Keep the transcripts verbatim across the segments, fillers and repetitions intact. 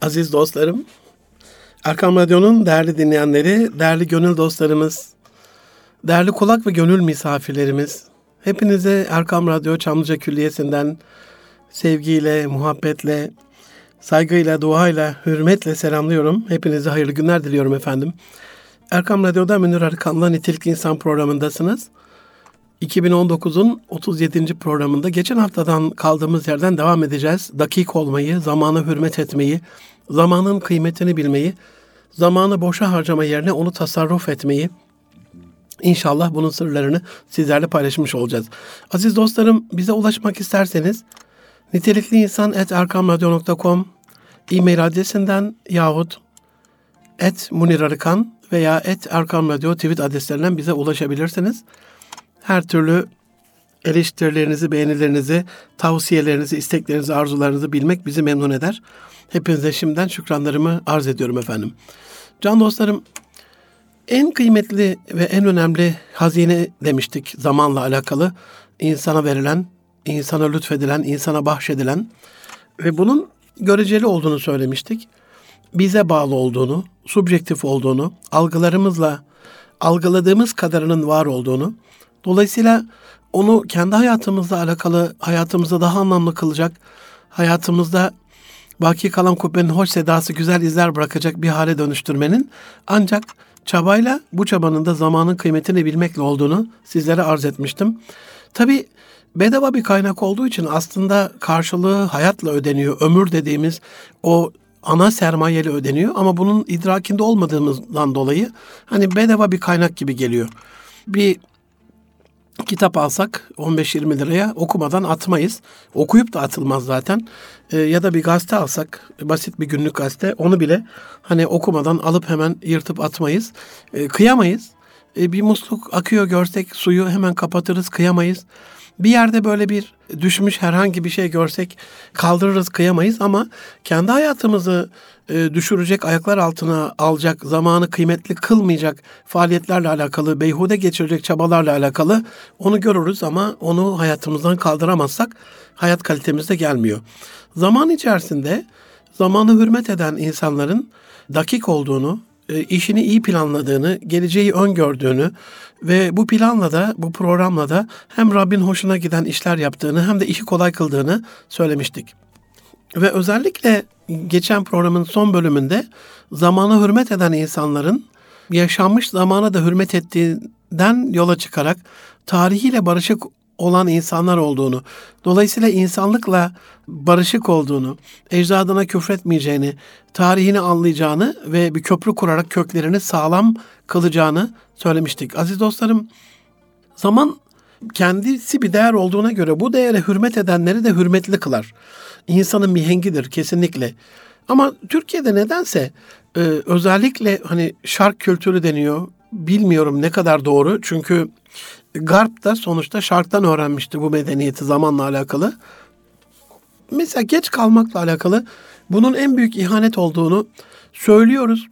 Aziz dostlarım, Erkam Radyo'nun değerli dinleyenleri, değerli gönül dostlarımız, değerli kulak ve gönül misafirlerimiz, hepinize Erkam Radyo Çamlıca Külliyesi'nden sevgiyle, muhabbetle, saygıyla, duayla, hürmetle selamlıyorum. Hepinize hayırlı günler diliyorum efendim. Erkam Radyo'da Münir Arıkan'la Nitelikli İnsan programındasınız. iki bin on dokuzun otuz yedinci programında geçen haftadan kaldığımız yerden devam edeceğiz. Dakik olmayı, zamana hürmet etmeyi, zamanın kıymetini bilmeyi, zamanı boşa harcama yerine onu tasarruf etmeyi, İnşallah bunun sırlarını sizlerle paylaşmış olacağız. Aziz dostlarım, bize ulaşmak isterseniz nitelikliinsan at erkamradyo nokta com e-mail adresinden yahut et munirarıkan veya et erkamradyo tweet adreslerinden bize ulaşabilirsiniz. Her türlü eleştirilerinizi, beğenilerinizi, tavsiyelerinizi, isteklerinizi, arzularınızı bilmek bizi memnun eder. Hepinize şimdiden şükranlarımı arz ediyorum efendim. Can dostlarım, en kıymetli ve en önemli hazine demiştik zamanla alakalı. İnsana verilen, insana lütfedilen, insana bahşedilen ve bunun göreceli olduğunu söylemiştik. Bize bağlı olduğunu, subjektif olduğunu, algılarımızla algıladığımız kadarının var olduğunu, dolayısıyla onu kendi hayatımızla alakalı, hayatımızı daha anlamlı kılacak, hayatımızda baki kalan kubbenin hoş sedası güzel izler bırakacak bir hale dönüştürmenin ancak çabayla, bu çabanın da zamanın kıymetini bilmekle olduğunu sizlere arz etmiştim. Tabii bedava bir kaynak olduğu için aslında karşılığı hayatla ödeniyor. Ömür dediğimiz o ana sermayeli ödeniyor ama bunun idrakinde olmadığımızdan dolayı hani bedava bir kaynak gibi geliyor. Bir kitap alsak on beş yirmi liraya okumadan atmayız. Okuyup da atılmaz zaten. E, ya da bir gazete alsak, basit bir günlük gazete, onu bile hani okumadan alıp hemen yırtıp atmayız. E, kıyamayız. E, bir musluk akıyor görsek suyu hemen kapatırız, kıyamayız. Bir yerde böyle bir düşmüş herhangi bir şey görsek kaldırırız, kıyamayız ama kendi hayatımızı e, düşürecek, ayaklar altına alacak, zamanı kıymetli kılmayacak faaliyetlerle alakalı, beyhude geçirecek çabalarla alakalı onu görürüz ama onu hayatımızdan kaldıramazsak hayat kalitemiz de gelmiyor. Zaman içerisinde zamanı hürmet eden insanların dakik olduğunu, işini iyi planladığını, geleceği öngördüğünü ve bu planla da, bu programla da hem Rabbin hoşuna giden işler yaptığını hem de işi kolay kıldığını söylemiştik. Ve özellikle geçen programın son bölümünde zamana hürmet eden insanların yaşanmış zamana da hürmet ettiğinden yola çıkarak tarihiyle barışık olan insanlar olduğunu, dolayısıyla insanlıkla barışık olduğunu, ecdadına küfretmeyeceğini, tarihini anlayacağını ve bir köprü kurarak köklerini sağlam kılacağını söylemiştik. Aziz dostlarım, zaman kendisi bir değer olduğuna göre bu değere hürmet edenleri de hürmetli kılar. İnsanın mihengidir kesinlikle. Ama Türkiye'de nedense e, özellikle hani şark kültürü deniyor. Bilmiyorum ne kadar doğru. Çünkü Garp da sonuçta şarktan öğrenmişti bu medeniyeti zamanla alakalı. Mesela geç kalmakla alakalı bunun en büyük ihanet olduğunu söylüyoruz.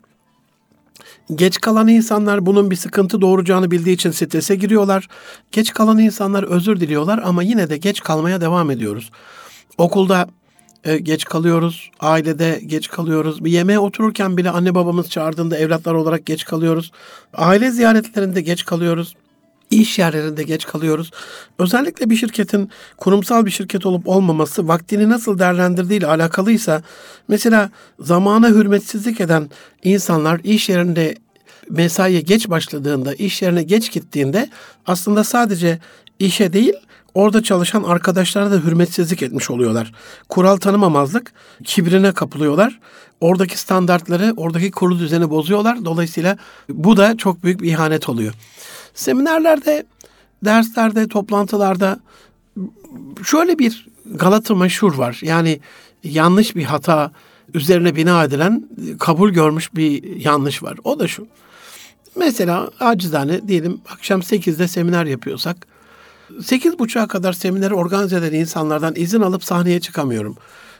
Geç kalan insanlar bunun bir sıkıntı doğuracağını bildiği için strese giriyorlar. Geç kalan insanlar özür diliyorlar ama yine de geç kalmaya devam ediyoruz. Okulda e, geç kalıyoruz, ailede geç kalıyoruz. Bir yemeğe otururken bile anne babamız çağırdığında evlatlar olarak geç kalıyoruz. Aile ziyaretlerinde geç kalıyoruz. İş yerlerinde geç kalıyoruz. Özellikle bir şirketin kurumsal bir şirket olup olmaması vaktini nasıl değerlendirdiğiyle alakalıysa mesela zamana hürmetsizlik eden insanlar iş yerinde mesaiye geç başladığında, iş yerine geç gittiğinde aslında sadece işe değil orada çalışan arkadaşlara da hürmetsizlik etmiş oluyorlar. Kural tanımamazlık, kibrine kapılıyorlar. Oradaki standartları, oradaki kurulu düzeni bozuyorlar. Dolayısıyla bu da çok büyük bir ihanet oluyor. Seminerlerde, derslerde, toplantılarda şöyle bir Galata meşhur var. Yani yanlış bir hata üzerine bina edilen, kabul görmüş bir yanlış var. O da şu. Mesela acizane diyelim akşam sekizde seminer yapıyorsak, sekiz buçuğa kadar semineri organize eden insanlardan izin alıp sahneye çıkamıyorum.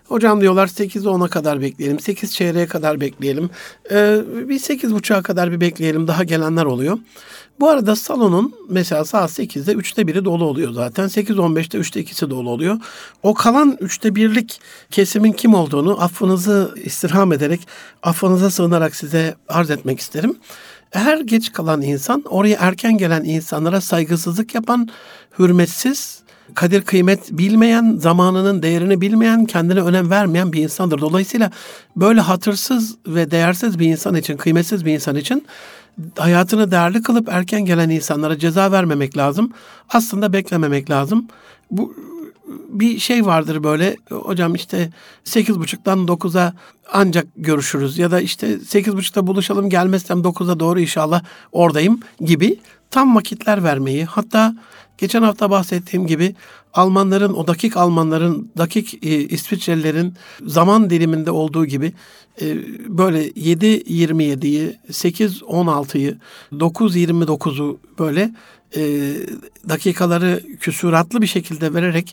Hocam diyorlar sekiz ona kadar bekleyelim, sekiz çeyreğe kadar bekleyelim, ee, bir sekiz buçuğa kadar bir bekleyelim, daha gelenler oluyor. Bu arada salonun mesela saat sekizde üçte biri dolu oluyor zaten. sekiz on beşte üçte ikisi dolu oluyor. O kalan üçte birlik kesimin kim olduğunu affınızı istirham ederek, affınıza sığınarak size arz etmek isterim. Her geç kalan insan, oraya erken gelen insanlara saygısızlık yapan, hürmetsiz, kadir kıymet bilmeyen, zamanının değerini bilmeyen, kendine önem vermeyen bir insandır. Dolayısıyla böyle hatırsız ve değersiz bir insan için, kıymetsiz bir insan için hayatını değerli kılıp erken gelen insanlara ceza vermemek lazım. Aslında beklememek lazım. Bu bir şey vardır böyle, hocam işte sekiz buçuktan dokuza ancak görüşürüz ya da işte sekiz buçukta buluşalım, gelmezsem dokuza doğru inşallah oradayım gibi tam vakitler vermeyi, hatta geçen hafta bahsettiğim gibi Almanların, o dakik Almanların, dakik e, İsviçrelilerin zaman diliminde olduğu gibi e, böyle yedi yirmi yediyi, sekiz on altıyı, dokuz yirmi dokuzu böyle e, dakikaları küsuratlı bir şekilde vererek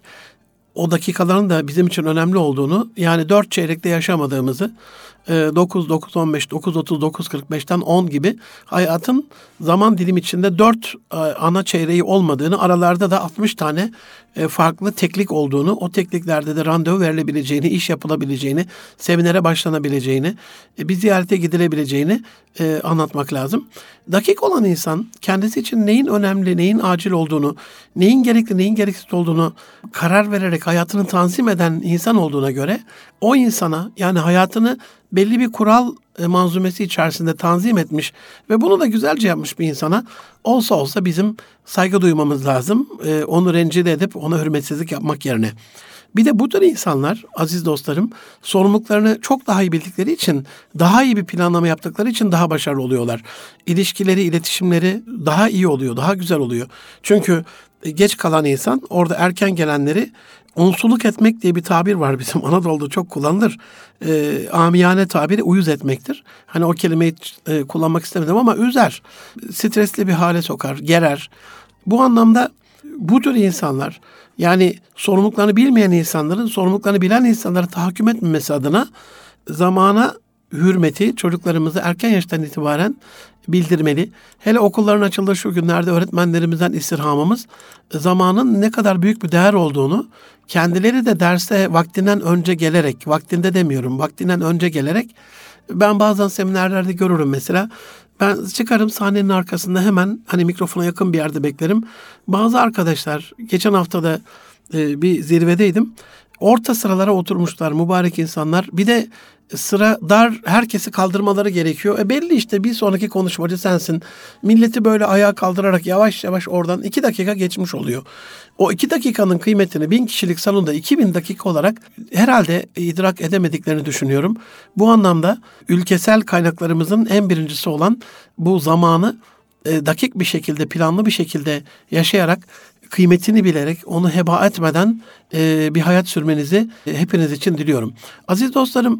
o dakikaların da bizim için önemli olduğunu, yani dört çeyrekte yaşamadığımızı, dokuz, dokuz on beş, dokuz otuz, dokuz kırk beşten on gibi hayatın zaman dilimi içinde dört ana çeyreği olmadığını, aralarda da altmış tane farklı teklik olduğunu, o tekliklerde de randevu verilebileceğini, iş yapılabileceğini, seminere başlanabileceğini, bir ziyarete gidilebileceğini anlatmak lazım. Dakik olan insan kendisi için neyin önemli, neyin acil olduğunu, neyin gerekli, neyin gereksiz olduğunu karar vererek hayatını tanzim eden insan olduğuna göre o insana, yani hayatını belli bir kural manzumesi içerisinde tanzim etmiş ve bunu da güzelce yapmış bir insana olsa olsa bizim saygı duymamız lazım. Ee, onu rencide edip ona hürmetsizlik yapmak yerine. Bir de bu tür insanlar, aziz dostlarım, sorumluluklarını çok daha iyi bildikleri için, daha iyi bir planlama yaptıkları için daha başarılı oluyorlar. İlişkileri, iletişimleri daha iyi oluyor, daha güzel oluyor. Çünkü geç kalan insan orada erken gelenleri unsuluk etmek diye bir tabir var bizim Anadolu'da çok kullanılır. E, amiyane tabiri uyuz etmektir. Hani o kelimeyi e, kullanmak istemedim ama üzer, stresli bir hale sokar, gerer. Bu anlamda bu tür insanlar, yani sorumluluklarını bilmeyen insanların sorumluluklarını bilen insanlara tahakküm etmemesi adına zamana hürmeti çocuklarımızı erken yaştan itibaren bildirmeli. Hele okulların açıldığı şu günlerde öğretmenlerimizden istirhamımız zamanın ne kadar büyük bir değer olduğunu, kendileri de derse vaktinden önce gelerek, vaktinde demiyorum, vaktinden önce gelerek, ben bazen seminerlerde görürüm mesela. Ben çıkarım sahnenin arkasında, hemen hani mikrofona yakın bir yerde beklerim. Bazı arkadaşlar, geçen hafta da e, bir zirvedeydim. Orta sıralara oturmuşlar mübarek insanlar. Bir de sıra dar, herkesi kaldırmaları gerekiyor. E belli işte, bir sonraki konuşmacı sensin. Milleti böyle ayağa kaldırarak yavaş yavaş oradan iki dakika geçmiş oluyor. O iki dakikanın kıymetini bin kişilik salonda iki bin dakika olarak herhalde idrak edemediklerini düşünüyorum. Bu anlamda ülkesel kaynaklarımızın en birincisi olan bu zamanı e, dakik bir şekilde, planlı bir şekilde yaşayarak, kıymetini bilerek, onu heba etmeden e, bir hayat sürmenizi e, hepiniz için diliyorum. Aziz dostlarım,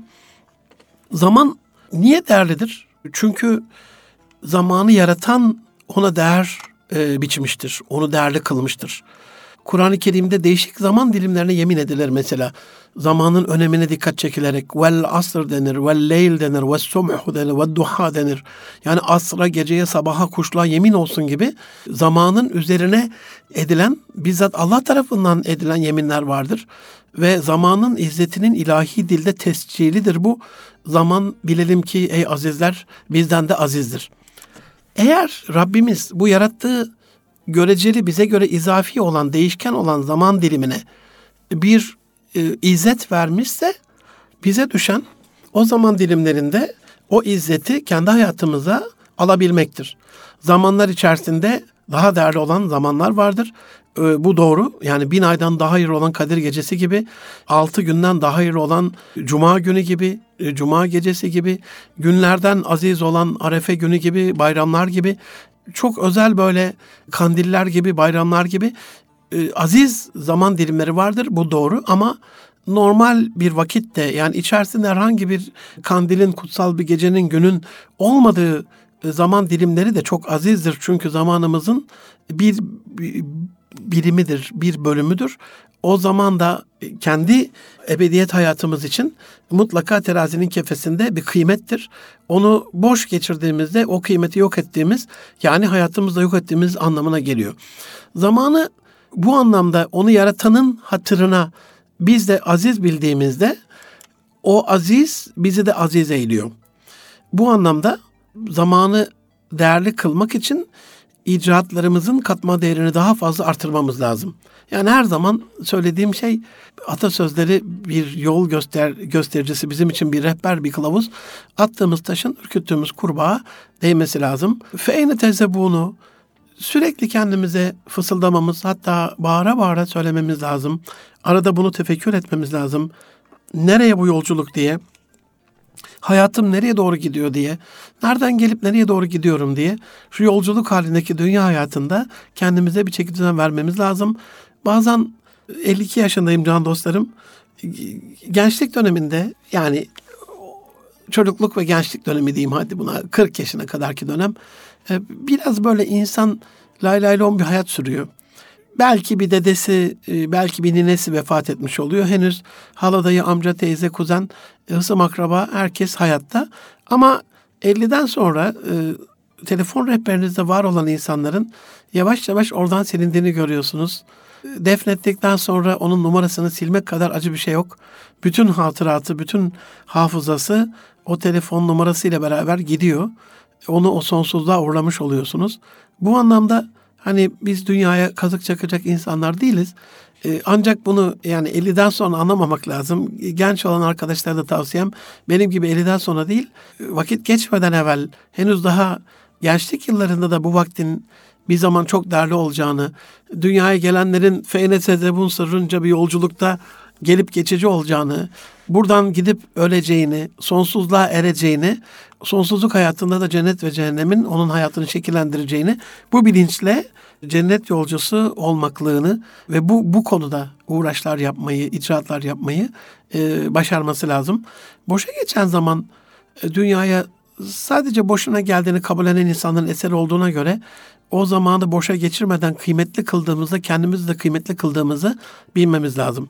zaman niye değerlidir? Çünkü zamanı yaratan ona değer e, biçmiştir, onu değerli kılmıştır. Kur'an-ı Kerim'de değişik zaman dilimlerine yemin edilir mesela. Zamanın önemine dikkat çekilerek vel asr denir, vel leyl denir, vel subh denir, vel duha denir. Yani asra, geceye, sabaha, kuşluğa yemin olsun gibi zamanın üzerine edilen, bizzat Allah tarafından edilen yeminler vardır. Ve zamanın izzetinin ilahi dilde tescilidir bu. Zaman, bilelim ki ey azizler, bizden de azizdir. Eğer Rabbimiz bu yarattığı göreceli, bize göre izafi olan, değişken olan zaman dilimine bir e, izzet vermişse, bize düşen o zaman dilimlerinde o izzeti kendi hayatımıza alabilmektir. Zamanlar içerisinde daha değerli olan zamanlar vardır. E, bu doğru. Yani bin aydan daha hayırlı olan Kadir Gecesi gibi, altı günden daha hayırlı olan Cuma günü gibi, e, Cuma gecesi gibi, günlerden aziz olan Arefe günü gibi, bayramlar gibi, çok özel böyle kandiller gibi, bayramlar gibi e, aziz zaman dilimleri vardır. Bu doğru ama normal bir vakitte, yani içerisinde herhangi bir kandilin, kutsal bir gecenin, günün olmadığı zaman dilimleri de çok azizdir. Çünkü zamanımızın bir, bir birimidir, bir bölümüdür. O zaman da kendi ebediyet hayatımız için mutlaka terazinin kefesinde bir kıymettir. Onu boş geçirdiğimizde o kıymeti yok ettiğimiz, yani hayatımızda yok ettiğimiz anlamına geliyor. Zamanı bu anlamda onu yaratanın hatırına biz de aziz bildiğimizde o aziz bizi de aziz eyliyor. Bu anlamda zamanı değerli kılmak için icraatlarımızın katma değerini daha fazla artırmamız lazım. Yani her zaman söylediğim şey, atasözleri bir yol göster göstericisi, bizim için bir rehber, bir kılavuz. Attığımız taşın ürküttüğümüz kurbağa değmesi lazım. Feyne teze bunu sürekli kendimize fısıldamamız, hatta bağıra bağıra söylememiz lazım. Arada bunu tefekkür etmemiz lazım. Nereye bu yolculuk diye, hayatım nereye doğru gidiyor diye, nereden gelip nereye doğru gidiyorum diye, şu yolculuk halindeki dünya hayatında kendimize bir çeki düzen vermemiz lazım. Bazen elli iki yaşındayım can dostlarım. Gençlik döneminde, yani çocukluk ve gençlik dönemi diyeyim, hadi buna kırk yaşına kadarki dönem, biraz böyle insan lay lay lon bir hayat sürüyor. Belki bir dedesi, belki bir ninesi vefat etmiş oluyor. Henüz hala, dayı, amca, teyze, kuzen, hısım, akraba, herkes hayatta. Ama elliden sonra e, telefon rehberinizde var olan insanların yavaş yavaş oradan silindiğini görüyorsunuz. Defnettikten sonra onun numarasını silmek kadar acı bir şey yok. Bütün hatıratı, bütün hafızası o telefon numarasıyla beraber gidiyor. Onu o sonsuzluğa uğurlamış oluyorsunuz. Bu anlamda hani biz dünyaya kazık çakacak insanlar değiliz. Ee, ancak bunu yani elliden sonra anlamamak lazım. Genç olan arkadaşlara da tavsiyem, benim gibi elliden sonra değil, vakit geçmeden evvel, henüz daha gençlik yıllarında da bu vaktin bir zaman çok değerli olacağını, dünyaya gelenlerin feyne tezebun sırrınca bir yolculukta gelip geçici olacağını, buradan gidip öleceğini, sonsuzluğa ereceğini, sonsuzluk hayatında da cennet ve cehennemin onun hayatını şekillendireceğini, bu bilinçle cennet yolcusu olmaklığını ve bu bu konuda uğraşlar yapmayı, icraatlar yapmayı e, başarması lazım. Boşa geçen zaman e, dünyaya sadece boşuna geldiğini kabullenen insanların eseri olduğuna göre, o zamanı boşa geçirmeden kıymetli kıldığımızda kendimizi de kıymetli kıldığımızı bilmemiz lazım.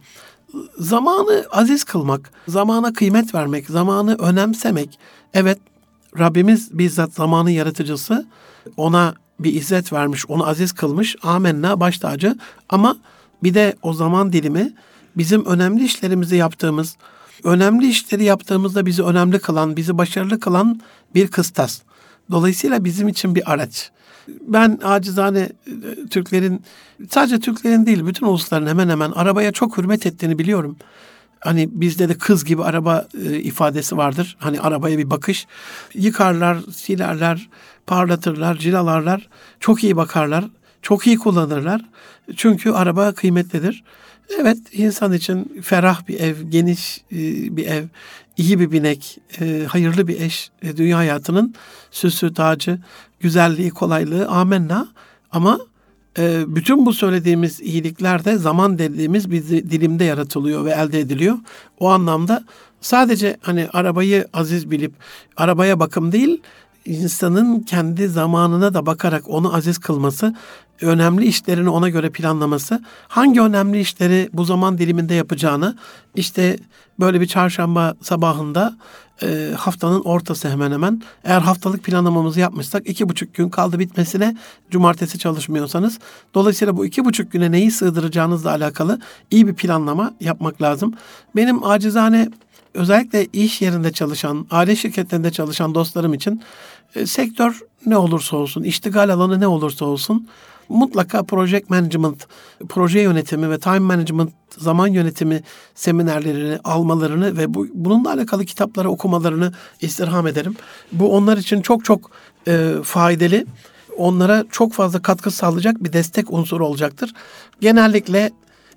Zamanı aziz kılmak, zamana kıymet vermek, zamanı önemsemek. Evet, Rabbimiz bizzat zamanın yaratıcısı, ona bir izzet vermiş, onu aziz kılmış. Amenna, baş tacı. Ama bir de o zaman dilimi bizim önemli işlerimizi yaptığımız, önemli işleri yaptığımızda bizi önemli kılan, bizi başarılı kılan bir kıstas. Dolayısıyla bizim için bir araç. Ben acizane Türklerin, sadece Türklerin değil, bütün ulusların hemen hemen arabaya çok hürmet ettiğini biliyorum. Hani bizde de kız gibi araba e, ifadesi vardır. Hani arabaya bir bakış. Yıkarlar, silerler, parlatırlar, cilalarlar. Çok iyi bakarlar. Çok iyi kullanırlar. Çünkü araba kıymetlidir. Evet, insan için ferah bir ev, geniş e, bir ev, iyi bir binek, e, hayırlı bir eş, e, dünya hayatının süsü, tacı, güzelliği, kolaylığı, amenna. Ama e, bütün bu söylediğimiz iyilikler de zaman dediğimiz bir dilimde yaratılıyor ve elde ediliyor. O anlamda sadece hani arabayı aziz bilip arabaya bakım değil, insanın kendi zamanına da bakarak onu aziz kılması, önemli işlerini ona göre planlaması, hangi önemli işleri bu zaman diliminde yapacağını, işte böyle bir çarşamba sabahında e, haftanın ortası hemen hemen, eğer haftalık planlamamızı yapmışsak iki buçuk gün kaldı bitmesine, cumartesi çalışmıyorsanız, dolayısıyla bu iki buçuk güne neyi sığdıracağınızla alakalı iyi bir planlama yapmak lazım. Benim acizane, özellikle iş yerinde çalışan, aile şirketlerinde çalışan dostlarım için e, sektör ne olursa olsun, iştigal alanı ne olursa olsun, mutlaka project management, proje yönetimi ve time management, zaman yönetimi seminerlerini almalarını ve bu, bununla alakalı kitapları okumalarını istirham ederim. Bu onlar için çok çok e, faydalı, onlara çok fazla katkı sağlayacak bir destek unsuru olacaktır. Genellikle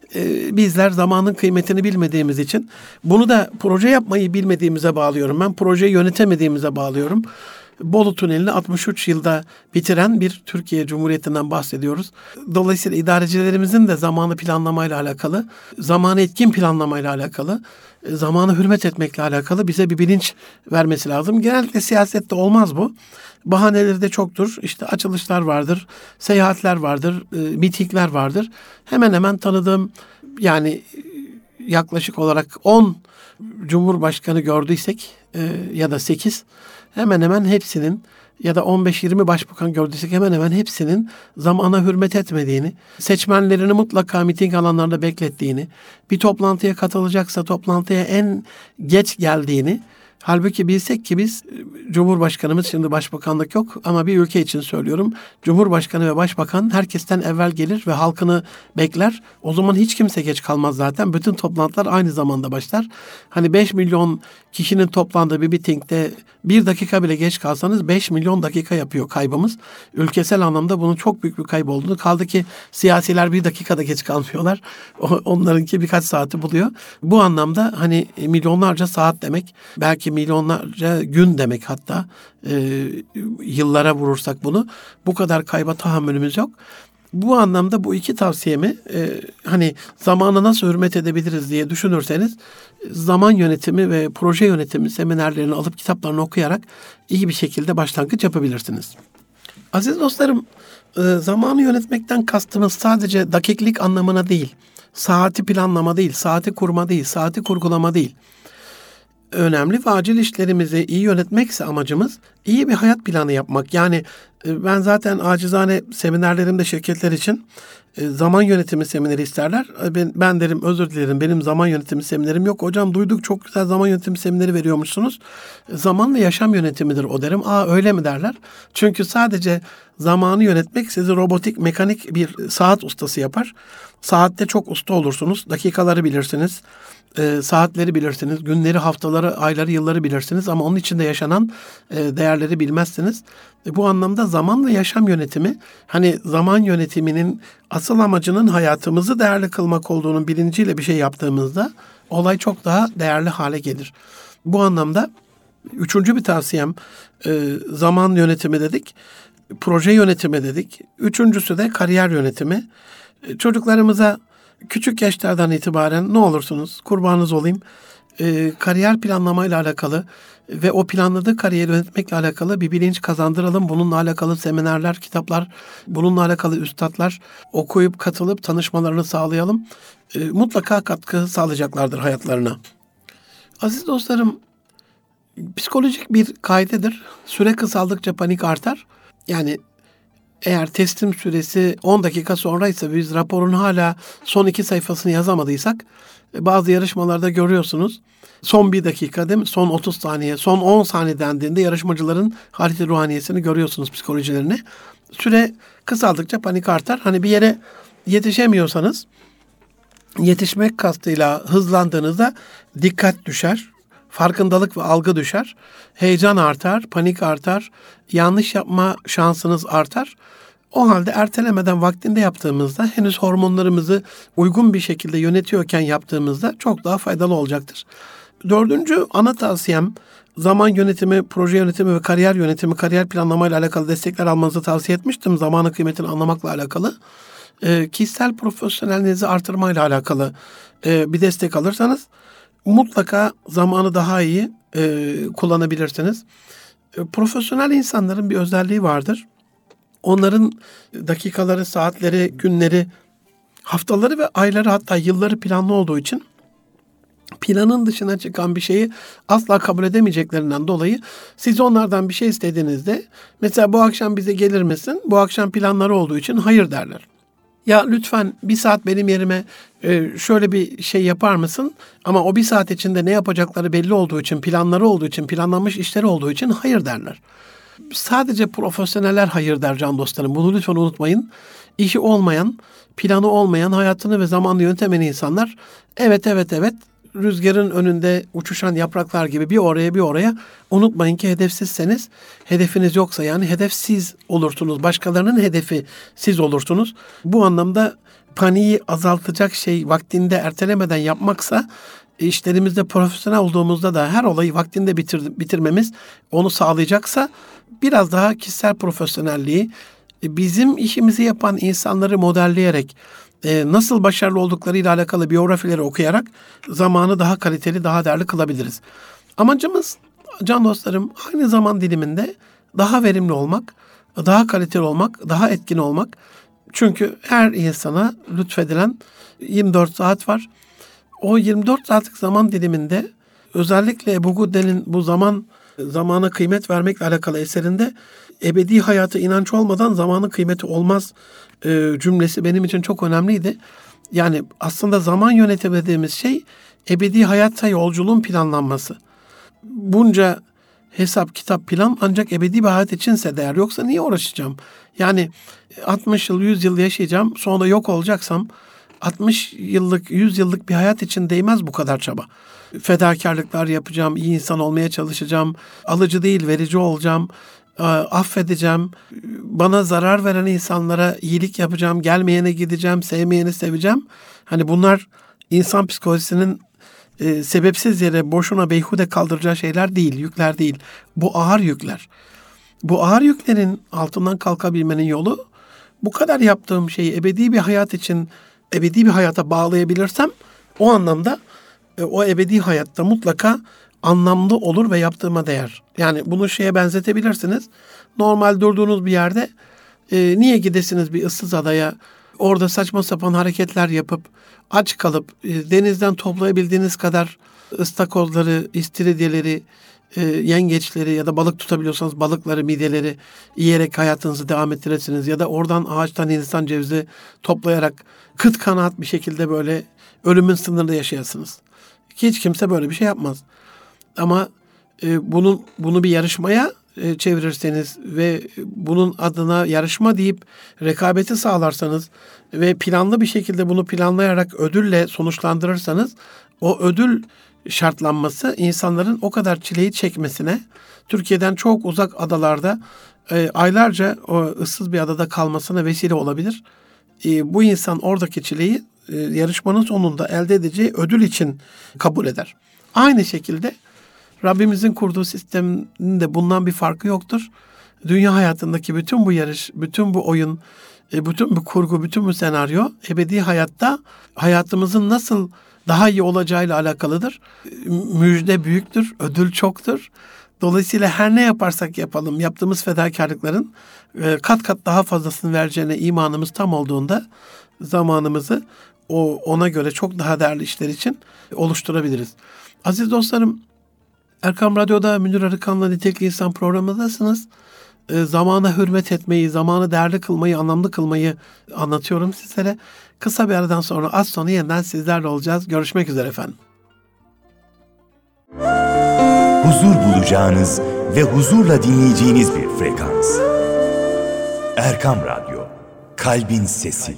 e, bizler zamanın kıymetini bilmediğimiz için, bunu da proje yapmayı bilmediğimize bağlıyorum. Ben projeyi yönetemediğimize bağlıyorum. Bolu Tüneli'ni altmış üç yılda bitiren bir Türkiye Cumhuriyeti'nden bahsediyoruz. Dolayısıyla idarecilerimizin de zamanı planlamayla alakalı, zamanı etkin planlamayla alakalı, zamanı hürmet etmekle alakalı bize bir bilinç vermesi lazım. Genellikle siyasette olmaz bu. Bahaneleri de çoktur. İşte açılışlar vardır, seyahatler vardır, e, mitingler vardır. Hemen hemen tanıdığım, yani yaklaşık olarak on Cumhurbaşkanı gördüysek e, ya da sekiz, hemen hemen hepsinin, ya da on beş yirmi başbakan gördüysek hemen hemen hepsinin zamana hürmet etmediğini, seçmenlerini mutlaka miting alanlarında beklettiğini, bir toplantıya katılacaksa toplantıya en geç geldiğini, halbuki bilsek ki biz, Cumhurbaşkanımız, şimdi başbakanlık yok ama bir ülke için söylüyorum, Cumhurbaşkanı ve Başbakan herkesten evvel gelir ve halkını bekler. O zaman hiç kimse geç kalmaz zaten. Bütün toplantılar aynı zamanda başlar. Hani beş milyon kişinin toplandığı bir mitingde bir dakika bile geç kalsanız beş milyon dakika yapıyor kaybımız. Ülkesel anlamda bunun çok büyük bir kayıp olduğunu, kaldı ki siyasiler bir dakikada geç kalmıyorlar. Onlarınki birkaç saati buluyor. Bu anlamda hani milyonlarca saat demek, belki milyonlarca gün demek, hatta e, yıllara vurursak bunu, bu kadar kayba tahammülümüz yok. Bu anlamda bu iki tavsiyemi e, hani zamana nasıl hürmet edebiliriz diye düşünürseniz, zaman yönetimi ve proje yönetimi seminerlerini alıp kitaplarını okuyarak iyi bir şekilde başlangıç yapabilirsiniz. Aziz dostlarım, e, zamanı yönetmekten kastımız sadece dakiklik anlamına değil, saati planlama değil, saati kurma değil, saati kurgulama değil. Önemli ve acil işlerimizi iyi yönetmekse amacımız, iyi bir hayat planı yapmak. Yani ben zaten acizane seminerlerimde şirketler için zaman yönetimi semineri isterler. Ben, ben derim özür dilerim, benim zaman yönetimi seminerim yok. Hocam duyduk, çok güzel zaman yönetimi semineri veriyormuşsunuz. Zaman ve yaşam yönetimidir o derim. Aa öyle mi derler? Çünkü sadece zamanı yönetmek sizi robotik, mekanik bir saat ustası yapar. Saatte çok usta olursunuz. Dakikaları bilirsiniz. E, saatleri bilirsiniz, günleri, haftaları, ayları, yılları bilirsiniz ama onun içinde yaşanan e, değerleri bilmezsiniz. E, bu anlamda zaman ve yaşam yönetimi, hani zaman yönetiminin asıl amacının hayatımızı değerli kılmak olduğunun bilinciyle bir şey yaptığımızda olay çok daha değerli hale gelir. Bu anlamda üçüncü bir tavsiyem, e, zaman yönetimi dedik, proje yönetimi dedik. Üçüncüsü de kariyer yönetimi. E, çocuklarımıza küçük yaşlardan itibaren ne olursunuz, kurbanınız olayım, e, kariyer planlamayla alakalı ve o planladığı kariyeri yönetmekle alakalı bir bilinç kazandıralım. Bununla alakalı seminerler, kitaplar, bununla alakalı üstadlar okuyup katılıp tanışmalarını sağlayalım. E, mutlaka katkı sağlayacaklardır hayatlarına. Aziz dostlarım, psikolojik bir kaidedir. Süre kısaldıkça panik artar. Yani eğer teslim süresi on dakika sonraysa, biz raporun hala son iki sayfasını yazamadıysak, bazı yarışmalarda görüyorsunuz, son bir dakika değil mi? Son otuz saniye, son on saniye dendiğinde yarışmacıların haleti ruhaniyesini görüyorsunuz, psikolojilerini. Süre kısaldıkça panik artar. Hani bir yere yetişemiyorsanız, yetişmek kastıyla hızlandığınızda dikkat düşer, farkındalık ve algı düşer, heyecan artar, panik artar, yanlış yapma şansınız artar. O halde ertelemeden vaktinde yaptığımızda, henüz hormonlarımızı uygun bir şekilde yönetiyorken yaptığımızda çok daha faydalı olacaktır. Dördüncü ana tavsiyem, zaman yönetimi, proje yönetimi ve kariyer yönetimi, kariyer planlamayla alakalı destekler almanızı tavsiye etmiştim. Zamanın kıymetini anlamakla alakalı. E, kişisel profesyonelliğinizi artırmayla alakalı e, bir destek alırsanız mutlaka zamanı daha iyi e, kullanabilirsiniz. E, profesyonel insanların bir özelliği vardır. Onların dakikaları, saatleri, günleri, haftaları ve ayları, hatta yılları planlı olduğu için planın dışına çıkan bir şeyi asla kabul edemeyeceklerinden dolayı siz onlardan bir şey istediğinizde, mesela bu akşam bize gelir misin? Bu akşam planları olduğu için hayır derler. Ya lütfen bir saat benim yerime e, şöyle bir şey yapar mısın? Ama o bir saat içinde ne yapacakları belli olduğu için, planları olduğu için, planlanmış işleri olduğu için hayır derler. Sadece profesyoneller hayır der can dostlarım. Bunu lütfen unutmayın. İşi olmayan, planı olmayan, hayatını ve zamanını yönetemeyen insanlar evet evet evet rüzgarın önünde uçuşan yapraklar gibi bir oraya bir oraya. Unutmayın ki hedefsizseniz, hedefiniz yoksa, yani hedef siz olursunuz. Başkalarının hedefi siz olursunuz. Bu anlamda paniği azaltacak şey vaktinde ertelemeden yapmaksa, işlerimizde profesyonel olduğumuzda da her olayı vaktinde bitir, bitirmemiz onu sağlayacaksa biraz daha kişisel profesyonelliği, bizim işimizi yapan insanları modelleyerek, nasıl başarılı olduklarıyla alakalı biyografileri okuyarak zamanı daha kaliteli, daha değerli kılabiliriz. Amacımız can dostlarım aynı zaman diliminde daha verimli olmak, daha kaliteli olmak, daha etkin olmak. Çünkü her insana lütfedilen yirmi dört saat var. O yirmi dört saatlik zaman diliminde özellikle Ebu Gudde'nin bu zaman zamana kıymet vermekle alakalı eserinde ebedi hayata inanç olmadan zamanın kıymeti olmaz e, cümlesi benim için çok önemliydi. Yani aslında zaman yönetimi dediğimiz şey ebedi hayatta yolculuğun planlanması. Bunca hesap, kitap, plan ancak ebedi bir hayat içinse değer. Yoksa niye uğraşacağım? Yani altmış yıl, yüz yıl yaşayacağım, sonra yok olacaksam altmış yıllık, yüz yıllık bir hayat için değmez bu kadar çaba. Fedakarlıklar yapacağım, iyi insan olmaya çalışacağım, alıcı değil verici olacağım, affedeceğim, bana zarar veren insanlara iyilik yapacağım, gelmeyene gideceğim, sevmeyeni seveceğim. Hani bunlar insan psikolojisinin e, sebepsiz yere boşuna beyhude kaldıracağı şeyler değil, yükler değil. Bu ağır yükler. Bu ağır yüklerin altından kalkabilmenin yolu, bu kadar yaptığım şeyi ebedi bir hayat için, ebedi bir hayata bağlayabilirsem o anlamda e, o ebedi hayatta mutlaka anlamlı olur ve yaptığıma değer. Yani bunu şeye benzetebilirsiniz. Normal durduğunuz bir yerde e, niye gidesiniz bir ıssız adaya, orada saçma sapan hareketler yapıp, aç kalıp, e, denizden toplayabildiğiniz kadar ıstakozları, istiridyeleri, e, yengeçleri ya da balık tutabiliyorsanız balıkları, mideleri yiyerek hayatınızı devam ettiresiniz. Ya da oradan ağaçtan Hindistan cevizi toplayarak kıt kanaat bir şekilde böyle ölümün sınırında yaşayasınız. Hiç kimse böyle bir şey yapmaz. Ama e, bunun bunu bir yarışmaya e, çevirirseniz ve bunun adına yarışma deyip rekabeti sağlarsanız ve planlı bir şekilde bunu planlayarak ödülle sonuçlandırırsanız, o ödül şartlanması insanların o kadar çileyi çekmesine, Türkiye'den çok uzak adalarda e, aylarca o ıssız bir adada kalmasına vesile olabilir. E, bu insan oradaki çileyi e, yarışmanın sonunda elde edeceği ödül için kabul eder. Aynı şekilde Rabbimizin kurduğu sistemin de bundan bir farkı yoktur. Dünya hayatındaki bütün bu yarış, bütün bu oyun, bütün bu kurgu, bütün bu senaryo ebedi hayatta hayatımızın nasıl daha iyi olacağıyla alakalıdır. Müjde büyüktür, ödül çoktur. Dolayısıyla her ne yaparsak yapalım, yaptığımız fedakarlıkların kat kat daha fazlasını vereceğine imanımız tam olduğunda zamanımızı o ona göre çok daha değerli işler için oluşturabiliriz. Aziz dostlarım, Erkam Radyo'da Münir Arıkan'la Nitekli İnsan programındasınız. E, zamana hürmet etmeyi, zamanı değerli kılmayı, anlamlı kılmayı anlatıyorum sizlere. Kısa bir aradan sonra, az sonra yeniden sizlerle olacağız. Görüşmek üzere efendim. Huzur bulacağınız ve huzurla dinleyeceğiniz bir frekans. Erkam Radyo, Kalbin Sesi.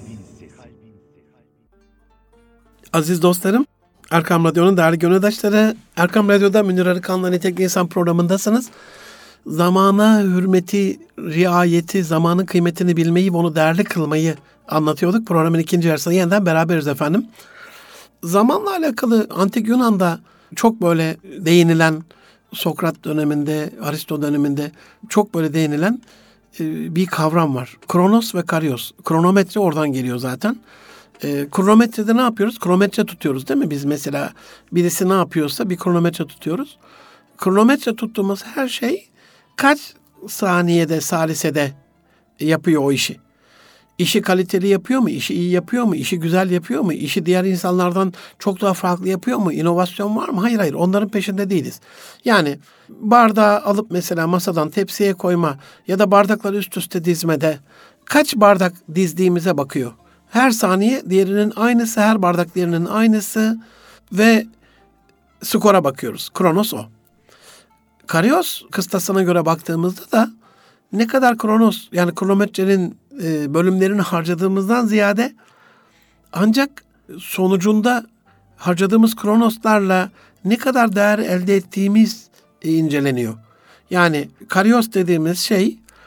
Aziz dostlarım, Erkam Radyo'nun değerli gönüldaşları, Erkam Radyo'da Münir Arıkan'la Nitekli İnsan programındasınız. Zamana hürmeti, riayeti, zamanın kıymetini bilmeyi ve onu değerli kılmayı anlatıyorduk. Programın ikinci yarısında yeniden beraberiz efendim. Zamanla alakalı Antik Yunan'da çok böyle değinilen, Sokrat döneminde, Aristo döneminde çok böyle değinilen bir kavram var. Kronos ve Kairos. Kronometre oradan geliyor zaten. E, kronometrede ne yapıyoruz? Kronometre tutuyoruz değil mi? Biz mesela birisi ne yapıyorsa bir kronometre tutuyoruz. Kronometre tuttuğumuz her şey kaç saniyede, salisede yapıyor o işi. İşi kaliteli yapıyor mu? İşi iyi yapıyor mu? İşi güzel yapıyor mu? İşi diğer insanlardan çok daha farklı yapıyor mu? İnovasyon var mı? Hayır hayır. Onların peşinde değiliz. Yani bardağı alıp mesela masadan tepsiye koyma ya da bardakları üst üste dizmede kaç bardak dizdiğimize bakıyor. Her saniye diğerinin aynısı, her bardak diğerinin aynısı ve skora bakıyoruz. Kronos o. Kairos kıstasına göre baktığımızda da ne kadar kronos, yani kronometrenin e, bölümlerini harcadığımızdan ziyade ancak sonucunda harcadığımız kronoslarla ne kadar değer elde ettiğimiz e, inceleniyor. Yani Kairos dediğimiz şey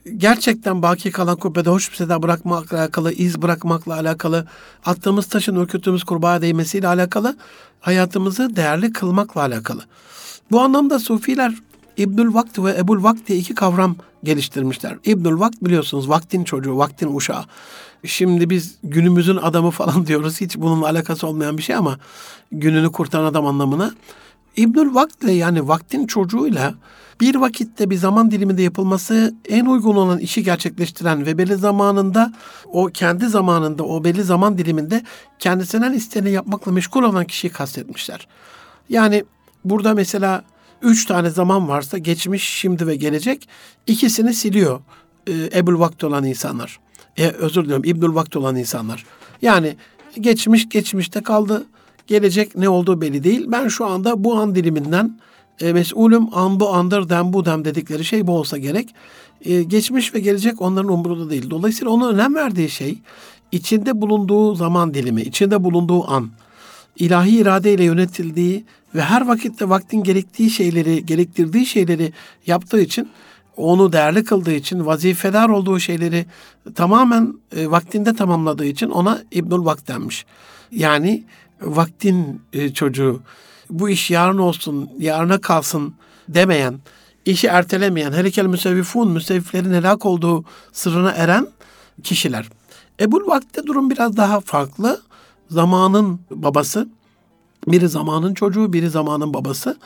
gerçekten baki kalan kubbede hoş bir seda bırakmakla alakalı, iz bırakmakla alakalı, attığımız taşın ürküttüğümüz kurbağa değmesiyle alakalı, hayatımızı değerli kılmakla alakalı. Bu anlamda Sufiler İbnül Vakt ve Ebul Vakt diye iki kavram geliştirmişler. İbnül Vakt biliyorsunuz vaktin çocuğu, vaktin uşağı. Şimdi biz günümüzün adamı falan diyoruz. Hiç bununla alakası olmayan bir şey ama gününü kurtaran adam anlamına. İbnül Vakt ile yani vaktin çocuğuyla bir vakitte bir zaman diliminde yapılması en uygun olan işi gerçekleştiren ve belli zamanında o kendi zamanında o belli zaman diliminde kendisinden isteni yapmakla meşgul olan kişiyi kastetmişler. Yani burada mesela üç tane zaman varsa geçmiş, şimdi ve gelecek ikisini siliyor e, Ebul Vakt olan insanlar. E, özür diliyorum İbnül Vakt olan insanlar. Yani geçmiş geçmişte kaldı. Gelecek ne olduğu belli değil. Ben şu anda bu an diliminden e, mesulüm an bu andır dem bu dem dedikleri şey bu olsa gerek. E, geçmiş ve gelecek onların umurunda değil. Dolayısıyla ona önem verdiği şey içinde bulunduğu zaman dilimi, içinde bulunduğu an, ilahi iradeyle yönetildiği ve her vakitte vaktin gerektiği şeyleri, gerektirdiği şeyleri yaptığı için, onu değerli kıldığı için, vazifedar olduğu şeyleri tamamen e, vaktinde tamamladığı için ona İbnül Vakt denmiş. Yani vaktin e, çocuğu, bu iş yarın olsun, yarına kalsın demeyen, işi ertelemeyen, helikel müsevvifun, müsevviflerin helak olduğu sırrına eren kişiler. Ebul Vakt'te durum biraz daha farklı. Zamanın babası, biri zamanın çocuğu, biri zamanın babası.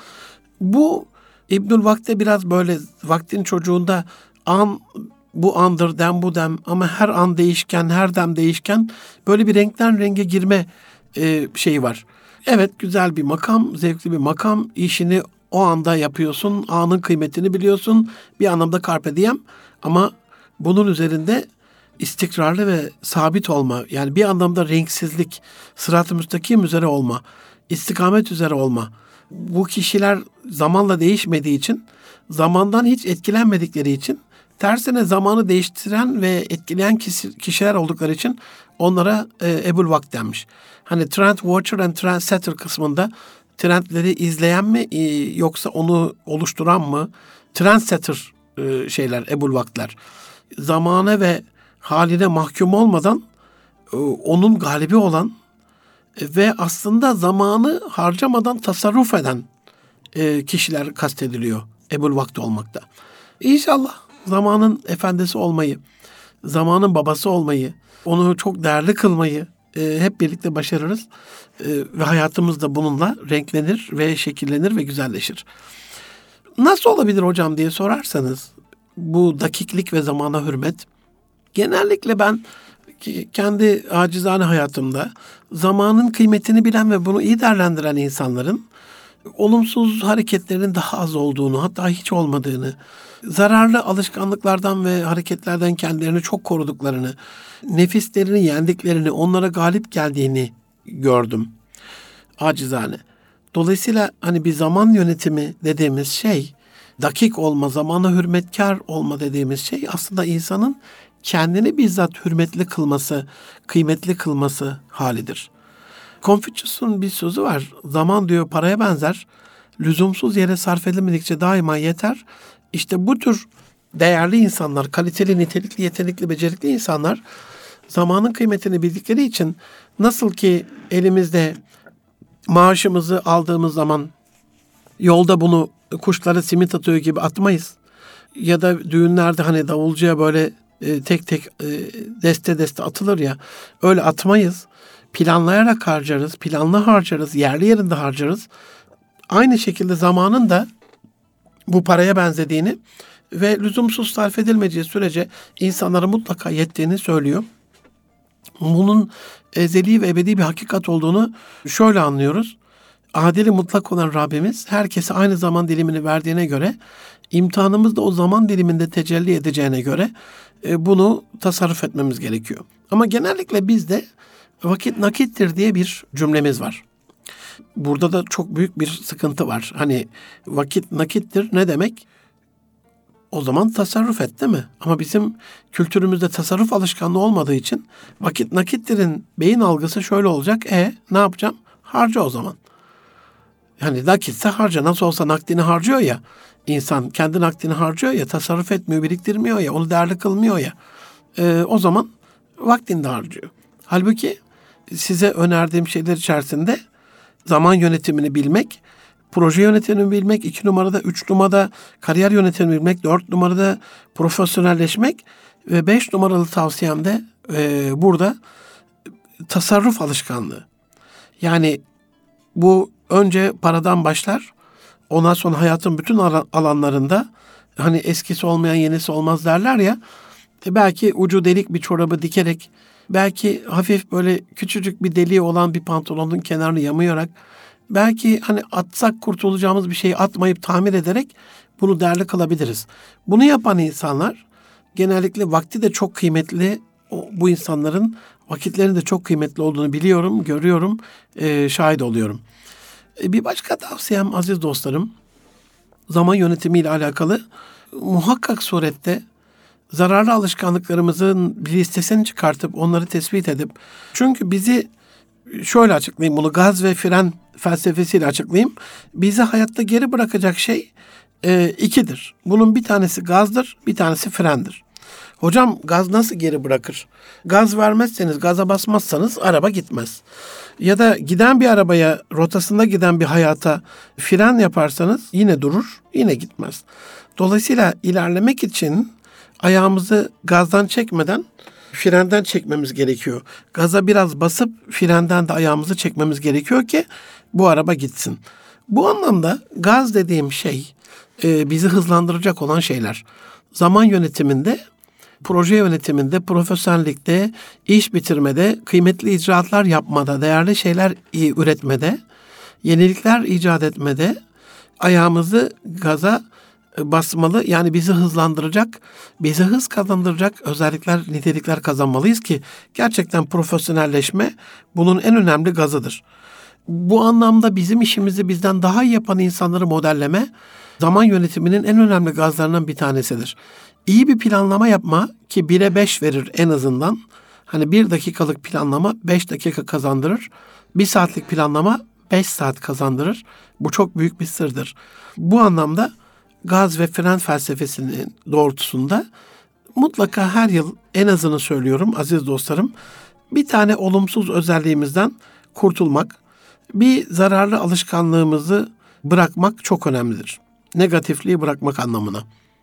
Bu İbnül Vakt'te biraz böyle vaktin çocuğunda an bu andır, dem bu dem ama her an değişken, her dem değişken böyle bir renkten renge girme e, şeyi var. Evet güzel bir makam, zevkli bir makam, işini o anda yapıyorsun, anın kıymetini biliyorsun, bir anlamda carpe diem ama bunun üzerinde istikrarlı ve sabit olma, yani bir anlamda renksizlik, sırat-ı müstakim üzere olma, istikamet üzere olma. Bu kişiler zamanla değişmediği için, zamandan hiç etkilenmedikleri için, tersine zamanı değiştiren ve etkileyen kişiler oldukları için onlara e, Ebul Vakt denmiş. Hani trend watcher and trendsetter kısmında trendleri izleyen mi e, yoksa onu oluşturan mı? Trendsetter e, şeyler, Ebul Vaktler. Zamana ve haline mahkum olmadan e, onun galibi olan e, ve aslında zamanı harcamadan tasarruf eden e, kişiler kastediliyor Ebul Vakt olmakta. İnşallah zamanın efendisi olmayı, zamanın babası olmayı, onu çok değerli kılmayı e, hep birlikte başarırız. E, ve hayatımız da bununla renklenir ve şekillenir ve güzelleşir. Nasıl olabilir hocam diye sorarsanız, bu dakiklik ve zamana hürmet, genellikle ben kendi acizane hayatımda zamanın kıymetini bilen ve bunu iyi değerlendiren insanların olumsuz hareketlerin daha az olduğunu, hatta hiç olmadığını, zararlı alışkanlıklardan ve hareketlerden kendilerini çok koruduklarını, nefislerini yendiklerini, onlara galip geldiğini gördüm acizane. Dolayısıyla hani bir zaman yönetimi dediğimiz şey, dakik olma, zamana hürmetkar olma dediğimiz şey aslında insanın kendini bizzat hürmetli kılması, kıymetli kılması halidir. Konfüçyüs'ün bir sözü var. Zaman diyor paraya benzer. Lüzumsuz yere sarf edilmedikçe daima yeter. İşte bu tür değerli insanlar, kaliteli, nitelikli, yetenekli, becerikli insanlar zamanın kıymetini bildikleri için, nasıl ki elimizde maaşımızı aldığımız zaman yolda bunu kuşlara simit atıyor gibi atmayız. Ya da düğünlerde hani davulcuya böyle e, tek tek e, deste deste atılır ya, öyle atmayız. Planlayarak harcarız, planlı harcarız, yerli yerinde harcarız. Aynı şekilde zamanın da bu paraya benzediğini ve lüzumsuz sarf edilmeyeceği sürece insanlara mutlaka yettiğini söylüyor. Bunun ezeli ve ebedi bir hakikat olduğunu şöyle anlıyoruz. Adil-i mutlak olan Rabbimiz herkese aynı zaman dilimini verdiğine göre, imtihanımız da o zaman diliminde tecelli edeceğine göre bunu tasarruf etmemiz gerekiyor. Ama genellikle bizde vakit nakittir diye bir cümlemiz var. Burada da çok büyük bir sıkıntı var. Hani vakit nakittir ne demek? O zaman tasarruf et değil mi? Ama bizim kültürümüzde tasarruf alışkanlığı olmadığı için vakit nakittirin beyin algısı şöyle olacak. E ne yapacağım? Harca o zaman. Yani nakitse harca, nasıl olsa nakdini harcıyor ya. İnsan kendi nakdini harcıyor ya, tasarruf etmiyor, biriktirmiyor ya, onu değerli kılmıyor ya. Ee, o zaman vaktini de harcıyor. Halbuki size önerdiğim şeyler içerisinde zaman yönetimini bilmek, proje yönetimini bilmek, iki numarada, üç numarada kariyer yönetimini bilmek, dört numarada profesyonelleşmek ve beş numaralı tavsiyem de e, burada tasarruf alışkanlığı. Yani bu önce paradan başlar, ondan sonra hayatın bütün alanlarında, hani eskisi olmayan yenisi olmaz derler ya, e belki ucu delik bir çorabı dikerek, belki hafif böyle küçücük bir deliği olan bir pantolonun kenarını yamayarak, belki hani atsak kurtulacağımız bir şeyi atmayıp tamir ederek bunu değerli kılabiliriz. Bunu yapan insanlar genellikle vakti de çok kıymetli, bu insanların vakitlerinin de çok kıymetli olduğunu biliyorum, görüyorum, e, şahit oluyorum. E, bir başka tavsiyem aziz dostlarım, zaman yönetimiyle alakalı muhakkak surette zararlı alışkanlıklarımızın bir listesini çıkartıp onları tespit edip, çünkü bizi şöyle açıklayayım, bunu gaz ve fren felsefesiyle açıklayayım. Bizi hayatta geri bırakacak şey e, ikidir. Bunun bir tanesi gazdır, bir tanesi frendir. Hocam gaz nasıl geri bırakır? Gaz vermezseniz, gaza basmazsanız araba gitmez. Ya da giden bir arabaya, rotasında giden bir hayata fren yaparsanız yine durur, yine gitmez. Dolayısıyla ilerlemek için ayağımızı gazdan çekmeden frenden çekmemiz gerekiyor. Gaza biraz basıp frenden de ayağımızı çekmemiz gerekiyor ki bu araba gitsin. Bu anlamda gaz dediğim şey e, bizi hızlandıracak olan şeyler. Zaman yönetiminde, proje yönetiminde, profesyonellikte, iş bitirmede, kıymetli icraatlar yapmada, değerli şeyler üretmede, yenilikler icat etmede ayağımızı gaza basmalı. Yani bizi hızlandıracak, bize hız kazandıracak özellikler, nitelikler kazanmalıyız ki gerçekten profesyonelleşme bunun en önemli gazıdır. Bu anlamda bizim işimizi bizden daha iyi yapan insanları modelleme, zaman yönetiminin en önemli gazlarından bir tanesidir. İyi bir planlama yapma ki bire beş verir en azından. Hani bir dakikalık planlama beş dakika kazandırır. Bir saatlik planlama beş saat kazandırır. Bu çok büyük bir sırdır. Bu anlamda gaz ve fren felsefesinin doğrultusunda mutlaka her yıl, en azını söylüyorum aziz dostlarım, bir tane olumsuz özelliğimizden kurtulmak, bir zararlı alışkanlığımızı bırakmak çok önemlidir. Negatifliği bırakmak anlamına.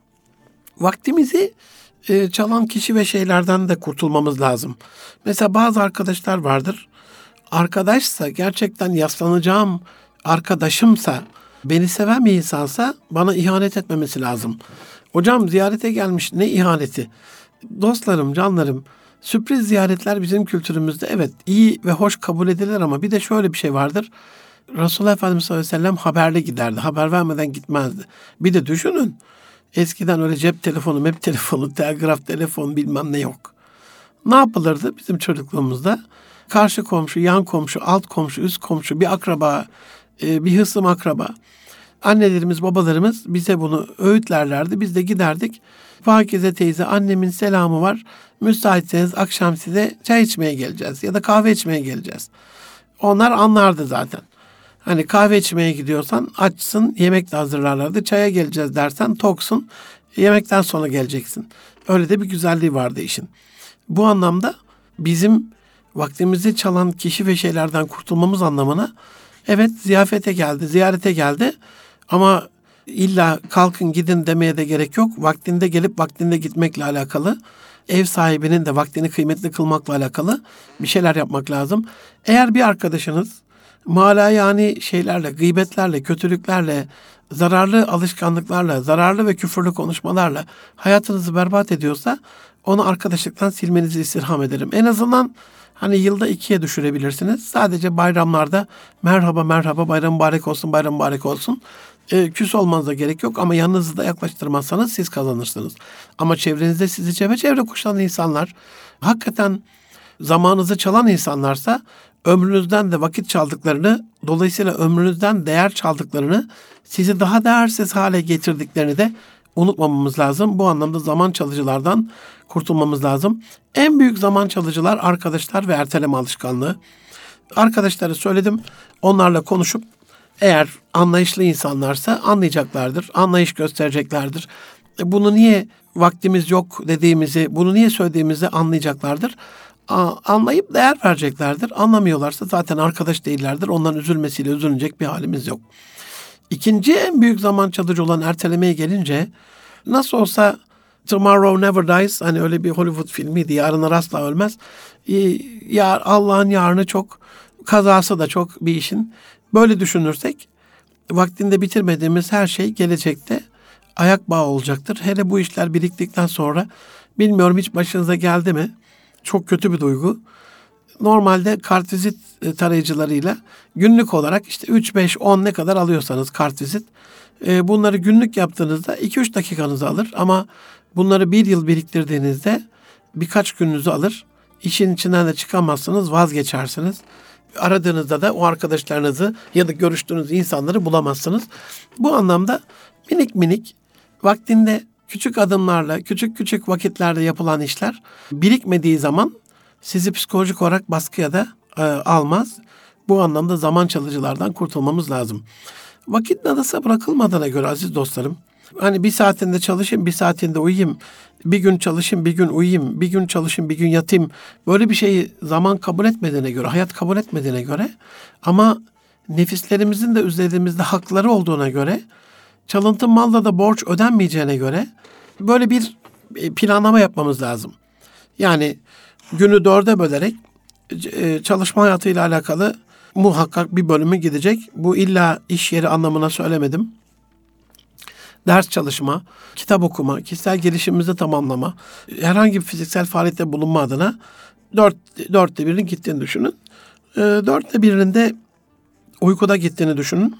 Vaktimizi e, çalan kişi ve şeylerden de kurtulmamız lazım. Mesela bazı arkadaşlar vardır. Arkadaşsa, gerçekten yaslanacağım arkadaşımsa, beni seven bir insansa bana ihanet etmemesi lazım. Hocam ziyarete gelmiş, ne ihaneti? Dostlarım, canlarım, sürpriz ziyaretler bizim kültürümüzde evet iyi ve hoş kabul edilir ama bir de şöyle bir şey vardır. Resulullah Efendimiz sallallahu aleyhi ve sellem haberle giderdi. Haber vermeden gitmezdi. Bir de düşünün, eskiden öyle cep telefonu, mep telefonu, telgraf telefonu bilmem ne yok. Ne yapılırdı bizim çocukluğumuzda? Karşı komşu, yan komşu, alt komşu, üst komşu, bir akraba, bir hısım akraba. Annelerimiz, babalarımız bize bunu öğütlerlerdi. Biz de giderdik. Pakize teyze, annemin selamı var. Müsaitseniz akşam size çay içmeye geleceğiz ya da kahve içmeye geleceğiz. Onlar anlardı zaten. Hani kahve içmeye gidiyorsan açsın, yemek de hazırlarlardı. Çaya geleceğiz dersen toksun, yemekten sonra geleceksin. Öyle de bir güzelliği vardı işin. Bu anlamda bizim vaktimizi çalan kişi ve şeylerden kurtulmamız anlamına, evet ziyafete geldi, ziyarete geldi ama illa kalkın gidin demeye de gerek yok. Vaktinde gelip vaktinde gitmekle alakalı, ev sahibinin de vaktini kıymetli kılmakla alakalı bir şeyler yapmak lazım. Eğer bir arkadaşınız mala yani şeylerle, gıybetlerle, kötülüklerle, zararlı alışkanlıklarla, zararlı ve küfürlü konuşmalarla hayatınızı berbat ediyorsa onu arkadaşlıktan silmenizi istirham ederim. En azından hani yılda ikiye düşürebilirsiniz. Sadece bayramlarda merhaba merhaba, bayram mübarek olsun, bayram mübarek olsun. E, küs olmanıza gerek yok ama yanınızı da yaklaştırmazsanız siz kazanırsınız. Ama çevrenizde sizi çevre kuşanan insanlar, hakikaten zamanınızı çalan insanlarsa ömrünüzden de vakit çaldıklarını, dolayısıyla ömrünüzden değer çaldıklarını, sizi daha değersiz hale getirdiklerini de unutmamamız lazım. Bu anlamda zaman çalıcılardan kurtulmamız lazım. En büyük zaman çalıcılar arkadaşlar ve erteleme alışkanlığı. Arkadaşları söyledim. Onlarla konuşup Eğer anlayışlı insanlarsa anlayacaklardır, anlayış göstereceklerdir. E, Bunu niye vaktimiz yok dediğimizi, bunu niye söylediğimizi anlayacaklardır. A- Anlayıp değer vereceklerdir. Anlamıyorlarsa zaten arkadaş değillerdir. Onların üzülmesiyle üzülecek bir halimiz yok. İkinci en büyük zaman çalıcı olan ertelemeye gelince, nasıl olsa Tomorrow Never Dies, hani öyle bir Hollywood filmiydi, yarınlar asla ölmez. Ee, Ya Allah'ın yarını çok, kazası da çok bir işin. Böyle düşünürsek vaktinde bitirmediğimiz her şey gelecekte ayak bağı olacaktır. Hele bu işler biriktikten sonra, bilmiyorum hiç başınıza geldi mi? Çok kötü bir duygu. Normalde kartvizit e, tarayıcılarıyla günlük olarak işte üç, beş, on ne kadar alıyorsanız kartvizit, e, bunları günlük yaptığınızda iki üç dakikanızı alır, ama bunları bir yıl biriktirdiğinizde birkaç gününüzü alır. İşin içinden de çıkamazsınız, vazgeçersiniz. Aradığınızda da o arkadaşlarınızı ya da görüştüğünüz insanları bulamazsınız. Bu anlamda minik minik vaktinde küçük adımlarla, küçük küçük vakitlerde yapılan işler birikmediği zaman sizi psikolojik olarak baskıya da e, almaz. Bu anlamda zaman çalıcılardan kurtulmamız lazım. Vakit nadasa bırakılmadığına göre aziz dostlarım, hani bir saatinde çalışayım, bir saatinde uyuyayım, bir gün çalışayım, bir gün uyuyayım, bir gün çalışayım, bir gün yatayım. Böyle bir şeyi zaman kabul etmediğine göre, hayat kabul etmediğine göre, ama nefislerimizin de üzerimizde hakları olduğuna göre, çalıntı malla da borç ödenmeyeceğine göre böyle bir planlama yapmamız lazım. Yani günü dörde bölerek e, çalışma hayatıyla alakalı muhakkak bir bölümü gidecek. Bu illa iş yeri anlamına söylemedim. Ders çalışma, kitap okuma, kişisel gelişimimizi tamamlama, herhangi bir fiziksel faaliyette bulunma adına dört, dörtte birinin gittiğini düşünün. E, dörtte birinin de uykuda gittiğini düşünün.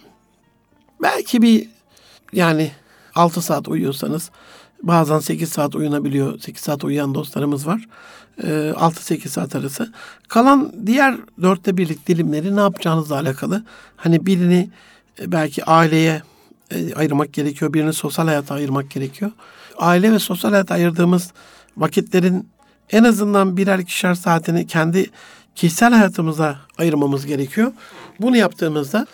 Belki bir, yani altı saat uyuyorsanız, bazen sekiz saat uyunabiliyor. sekiz saat uyuyan dostlarımız var. E, altı sekiz saat arası. Kalan diğer dörtte birlik dilimleri ne yapacağınızla alakalı. Hani birini e, belki aileye e, ayırmak gerekiyor. Birini sosyal hayata ayırmak gerekiyor. Aile ve sosyal hayata ayırdığımız vakitlerin en azından birer ikişer saatini kendi kişisel hayatımıza ayırmamız gerekiyor. Bunu yaptığımızda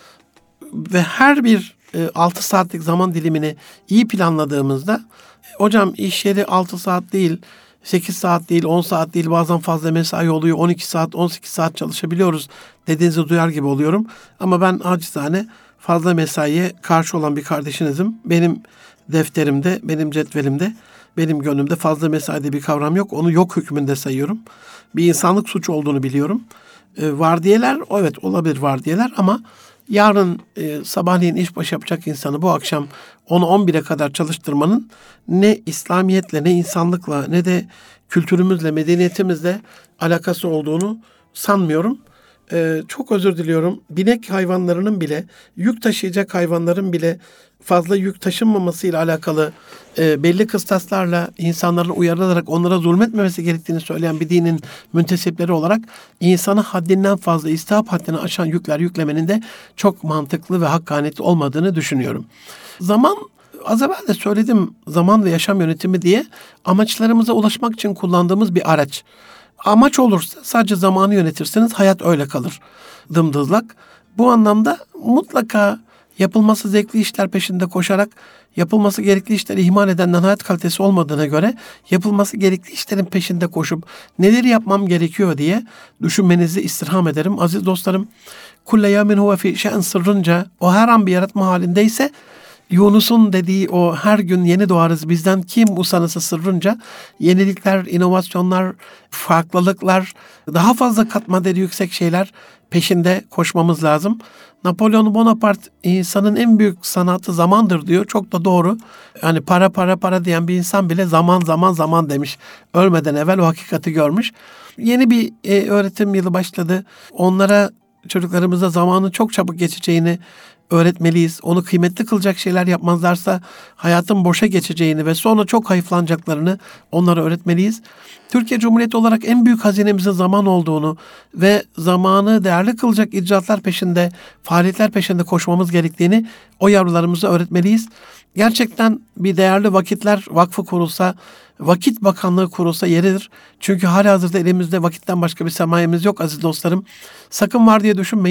ve her bir e, altı saatlik zaman dilimini iyi planladığımızda, hocam iş yeri altı saat değil, sekiz saat değil, on saat değil, bazen fazla mesai oluyor, on iki saat, on sekiz saat çalışabiliyoruz dediğinizi duyar gibi oluyorum. Ama ben acizane fazla mesaiye karşı olan bir kardeşinizim. Benim defterimde, benim cetvelimde, benim gönlümde fazla mesai diye bir kavram yok. Onu yok hükmünde sayıyorum. Bir insanlık suçu olduğunu biliyorum. E, vardiyeler, evet olabilir vardiyeler, ama yarın e, sabahleyin işbaşı yapacak insanı bu akşam onu on bire kadar çalıştırmanın ne İslamiyetle, ne insanlıkla, ne de kültürümüzle, medeniyetimizle alakası olduğunu sanmıyorum. E, çok özür diliyorum. Binek hayvanlarının bile, yük taşıyacak hayvanların bile fazla yük taşınmamasıyla alakalı e, belli kıstaslarla insanların uyarılarak onlara zulmetmemesi gerektiğini söyleyen bir dinin müntesipleri olarak, insanı haddinden fazla, istihap haddini aşan yükler yüklemenin de çok mantıklı ve hakkaniyetli olmadığını düşünüyorum. Zaman, az evvel de söyledim, zaman ve yaşam yönetimi diye amaçlarımıza ulaşmak için kullandığımız bir araç. Amaç olursa sadece zamanı yönetirseniz hayat öyle kalır, dımdızlak. Bu anlamda mutlaka yapılması zevkli işler peşinde koşarak, yapılması gerekli işleri ihmal edenden hayat kalitesi olmadığına göre, yapılması gerekli işlerin peşinde koşup neleri yapmam gerekiyor diye düşünmenizi istirham ederim. Aziz dostlarım, kulle yevmin huve fi şe'n sırrınca, o her an bir yaratma halindeyse, Yunus'un dediği o her gün yeni doğarız bizden kim usanası sırrınca, yenilikler, inovasyonlar, farklılıklar, daha fazla katma değeri yüksek şeyler peşinde koşmamız lazım. Napolyon Bonaparte insanın en büyük sanatı zamandır diyor. Çok da doğru. Yani para para para diyen bir insan bile zaman zaman zaman demiş. Ölmeden evvel o hakikati görmüş. Yeni bir e, öğretim yılı başladı. Onlara, çocuklarımıza zamanın çok çabuk geçeceğini öğretmeliyiz. Onu kıymetli kılacak şeyler yapmazlarsa hayatın boşa geçeceğini ve sonra çok hayıflanacaklarını onlara öğretmeliyiz. Türkiye Cumhuriyeti olarak en büyük hazinemizin zaman olduğunu ve zamanı değerli kılacak icraatlar peşinde, faaliyetler peşinde koşmamız gerektiğini o yavrularımıza öğretmeliyiz. Gerçekten bir değerli vakitler vakfı kurulsa, vakit bakanlığı kurulsa yeridir. Çünkü halihazırda elimizde vakitten başka bir sermayemiz yok aziz dostlarım. Sakın var diye düşünmeyin.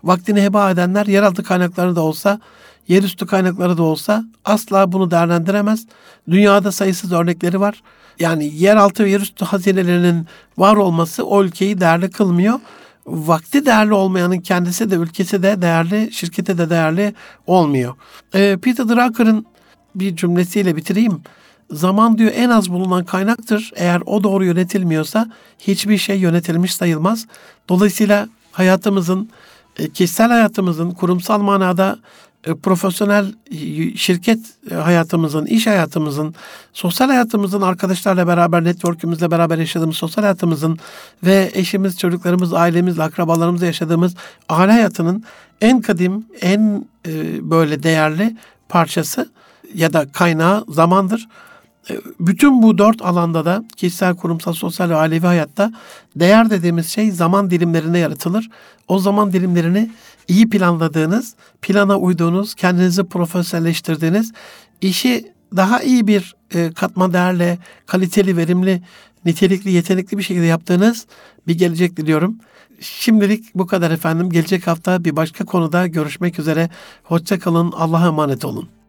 vaktini heba edenler yeraltı kaynakları da olsa, yerüstü kaynakları da olsa asla bunu değerlendiremez. Dünyada sayısız örnekleri var. Yani yeraltı ve yerüstü hazinelerinin var olması o ülkeyi değerli kılmıyor. Vakti değerli olmayanın kendisi de ülkesi de değerli, şirketi de değerli olmuyor. Ee, Peter Drucker'ın bir cümlesiyle bitireyim. Zaman diyor en az bulunan kaynaktır. Eğer o doğru yönetilmiyorsa hiçbir şey yönetilmiş sayılmaz. Dolayısıyla hayatımızın, kişisel hayatımızın, kurumsal manada profesyonel şirket hayatımızın, iş hayatımızın, sosyal hayatımızın, arkadaşlarla beraber, network'ümüzle beraber yaşadığımız sosyal hayatımızın ve eşimiz, çocuklarımız, ailemizle, akrabalarımızla yaşadığımız aile hayatının en kadim, en e, böyle değerli parçası ya da kaynağı zamandır. Bütün bu dört alanda da kişisel, kurumsal, sosyal ve ailevi hayatta değer dediğimiz şey zaman dilimlerinde yaratılır. O zaman dilimlerini iyi planladığınız, plana uyduğunuz, kendinizi profesyonelleştirdiğiniz, işi daha iyi bir katma değerle, kaliteli, verimli, nitelikli, yetenekli bir şekilde yaptığınız bir gelecek diliyorum. Şimdilik bu kadar efendim. Gelecek hafta bir başka konuda görüşmek üzere. Hoşça kalın. Allah'a emanet olun.